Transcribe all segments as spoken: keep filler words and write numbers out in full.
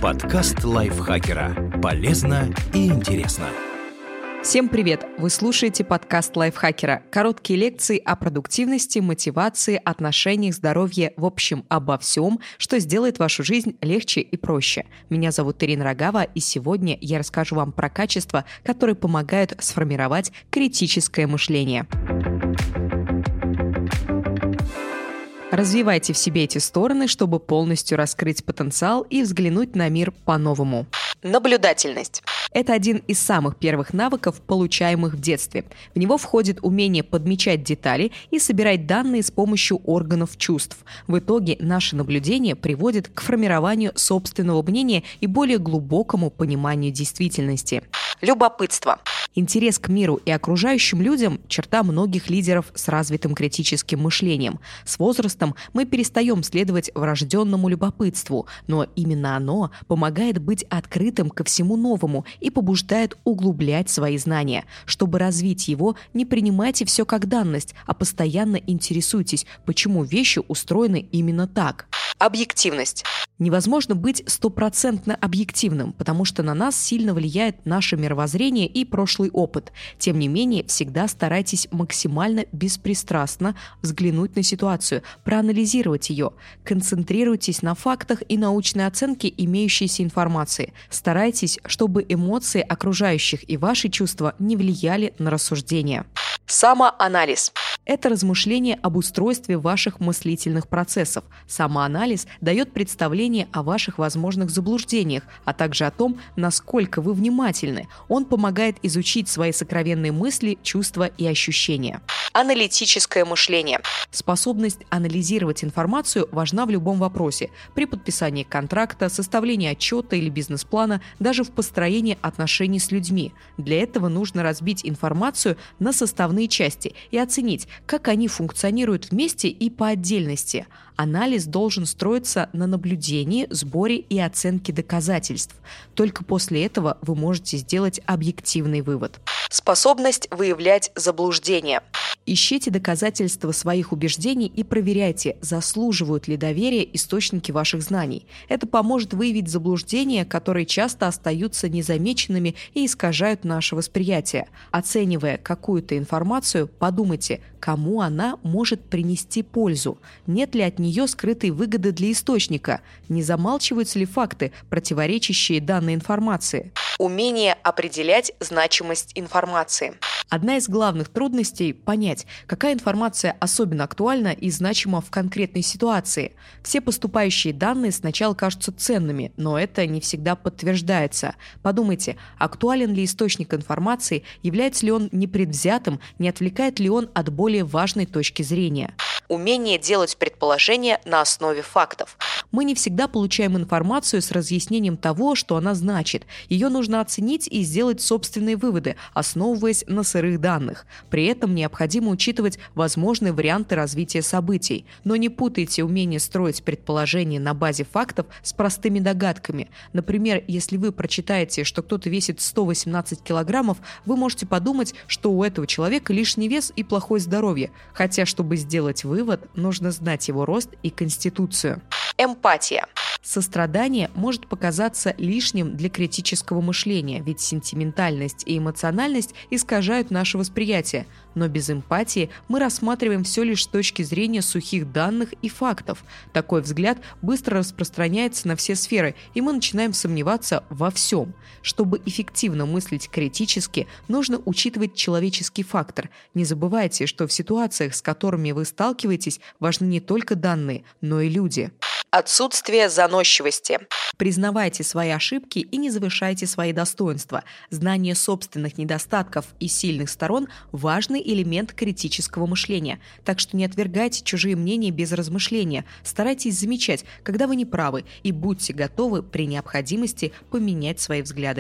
Подкаст лайфхакера. Полезно и интересно. Всем привет! Вы слушаете подкаст лайфхакера. Короткие лекции о продуктивности, мотивации, отношениях, здоровье, в общем, обо всем, что сделает вашу жизнь легче и проще. Меня зовут Ирина Рогава, и сегодня я расскажу вам про качества, которые помогают сформировать критическое мышление. Развивайте в себе эти стороны, чтобы полностью раскрыть потенциал и взглянуть на мир по-новому. Наблюдательность. Это один из самых первых навыков, получаемых в детстве. В него входит умение подмечать детали и собирать данные с помощью органов чувств. В итоге наше наблюдение приводит к формированию собственного мнения и более глубокому пониманию действительности. Любопытство. Интерес к миру и окружающим людям – черта многих лидеров с развитым критическим мышлением. С возрастом мы перестаем следовать врожденному любопытству, но именно оно помогает быть открытым ко всему новому и побуждает углублять свои знания. Чтобы развить его, не принимайте все как данность, а постоянно интересуйтесь, почему вещи устроены именно так. Объективность. Невозможно быть стопроцентно объективным, потому что на нас сильно влияет наше мировоззрение и прошлый опыт. Тем не менее, всегда старайтесь максимально беспристрастно взглянуть на ситуацию, проанализировать ее. Концентрируйтесь на фактах и научной оценке имеющейся информации. Старайтесь, чтобы эмоции окружающих и ваши чувства не влияли на рассуждения. Самоанализ. Это размышление об устройстве ваших мыслительных процессов. Самоанализ дает представление о ваших возможных заблуждениях, а также о том, насколько вы внимательны. Он помогает изучить свои сокровенные мысли, чувства и ощущения. Аналитическое мышление. Способность анализировать информацию важна в любом вопросе. При подписании контракта, составлении отчета или бизнес-плана, даже в построении отношений с людьми. Для этого нужно разбить информацию на составные части и оценить, как они функционируют вместе и по отдельности. Анализ должен строиться на наблюдении, сборе и оценке доказательств. Только после этого вы можете сделать объективный вывод. Способность выявлять заблуждения. Ищите доказательства своих убеждений и проверяйте, заслуживают ли доверия источники ваших знаний. Это поможет выявить заблуждения, которые часто остаются незамеченными и искажают наше восприятие. Оценивая какую-то информацию, подумайте, кому она может принести пользу. Нет ли от нее скрытой выгоды для источника? Не замалчиваются ли факты, противоречащие данной информации? Умение определять значимость информации. Одна из главных трудностей – понять, какая информация особенно актуальна и значима в конкретной ситуации. Все поступающие данные сначала кажутся ценными, но это не всегда подтверждается. Подумайте, актуален ли источник информации, является ли он непредвзятым, не отвлекает ли он от более важной точки зрения. Умение делать предположения на основе фактов. Мы не всегда получаем информацию с разъяснением того, что она значит. Ее нужно оценить и сделать собственные выводы, основываясь на сырых данных. При этом необходимо учитывать возможные варианты развития событий. Но не путайте умение строить предположения на базе фактов с простыми догадками. Например, если вы прочитаете, что кто-то весит сто восемнадцать килограммов, вы можете подумать, что у этого человека лишний вес и плохое здоровье. Хотя, чтобы сделать вывод, нужно знать его рост и конституцию. Эмпатия. Сострадание может показаться лишним для критического мышления, ведь сентиментальность и эмоциональность искажают наше восприятие. Но без эмпатии мы рассматриваем все лишь с точки зрения сухих данных и фактов. Такой взгляд быстро распространяется на все сферы, и мы начинаем сомневаться во всем. Чтобы эффективно мыслить критически, нужно учитывать человеческий фактор. Не забывайте, что в ситуациях, с которыми вы сталкиваетесь, важны не только данные, но и люди. Отсутствие заносчивости. Признавайте свои ошибки и не завышайте свои достоинства. Знание собственных недостатков и сильных сторон – важный элемент критического мышления. Так что не отвергайте чужие мнения без размышления. Старайтесь замечать, когда вы не правы, и будьте готовы при необходимости поменять свои взгляды.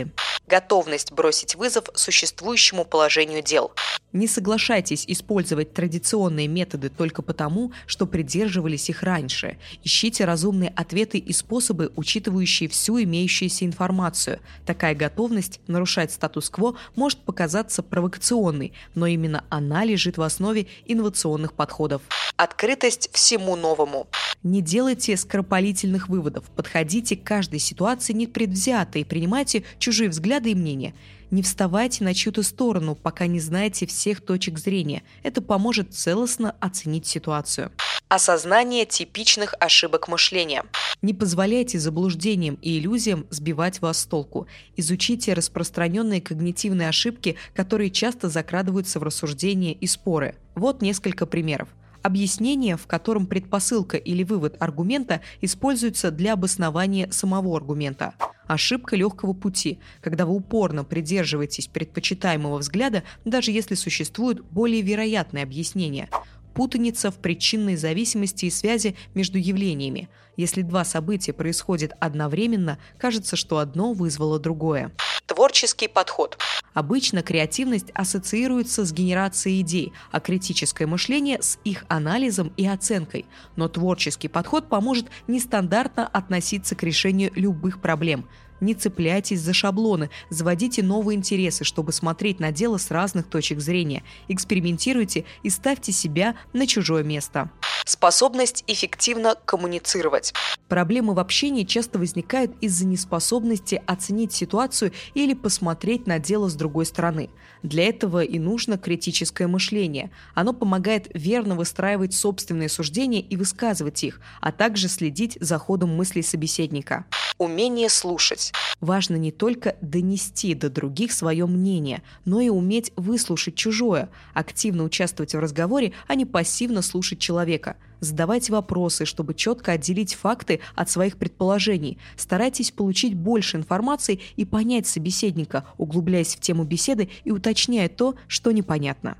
Готовность бросить вызов существующему положению дел. Не соглашайтесь использовать традиционные методы только потому, что придерживались их раньше. Ищите разумные ответы и способы, учитывающие всю имеющуюся информацию. Такая готовность нарушать статус-кво может показаться провокационной, но именно она лежит в основе инновационных подходов. Открытость всему новому. Не делайте скоропалительных выводов, подходите к каждой ситуации непредвзято и принимайте чужие взгляды и мнения. Не вставайте на чью-то сторону, пока не знаете всех точек зрения. Это поможет целостно оценить ситуацию. Осознание типичных ошибок мышления. Не позволяйте заблуждениям и иллюзиям сбивать вас с толку. Изучите распространенные когнитивные ошибки, которые часто закрадываются в рассуждения и споры. Вот несколько примеров. Объяснение, в котором предпосылка или вывод аргумента используется для обоснования самого аргумента. Ошибка легкого пути, когда вы упорно придерживаетесь предпочитаемого взгляда, даже если существуют более вероятные объяснения. Путаница в причинной зависимости и связи между явлениями. Если два события происходят одновременно, кажется, что одно вызвало другое. Творческий подход. Обычно креативность ассоциируется с генерацией идей, а критическое мышление с их анализом и оценкой. Но творческий подход поможет нестандартно относиться к решению любых проблем. Не цепляйтесь за шаблоны, заводите новые интересы, чтобы смотреть на дело с разных точек зрения. Экспериментируйте и ставьте себя на чужое место. Способность эффективно коммуницировать. Проблемы в общении часто возникают из-за неспособности оценить ситуацию или посмотреть на дело с другой стороны. Для этого и нужно критическое мышление. Оно помогает верно выстраивать собственные суждения и высказывать их, а также следить за ходом мыслей собеседника. Умение слушать. Важно не только донести до других свое мнение, но и уметь выслушать чужое, активно участвовать в разговоре, а не пассивно слушать человека. Задавайте вопросы, чтобы четко отделить факты от своих предположений. Старайтесь получить больше информации и понять собеседника, углубляясь в тему беседы и уточняя то, что непонятно.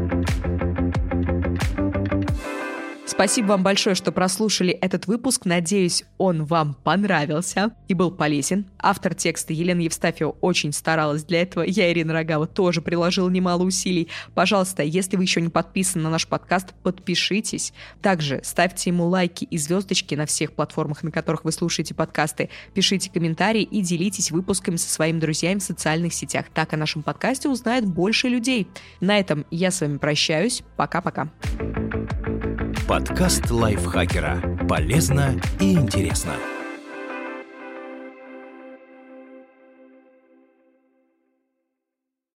Спасибо вам большое, что прослушали этот выпуск. Надеюсь, он вам понравился и был полезен. Автор текста Елена Евстафьева очень старалась для этого. Я, Ирина Рогава, тоже приложила немало усилий. Пожалуйста, если вы еще не подписаны на наш подкаст, подпишитесь. Также ставьте ему лайки и звездочки на всех платформах, на которых вы слушаете подкасты. Пишите комментарии и делитесь выпусками со своими друзьями в социальных сетях. Так о нашем подкасте узнает больше людей. На этом я с вами прощаюсь. Пока-пока. Подкаст лайфхакера. Полезно и интересно.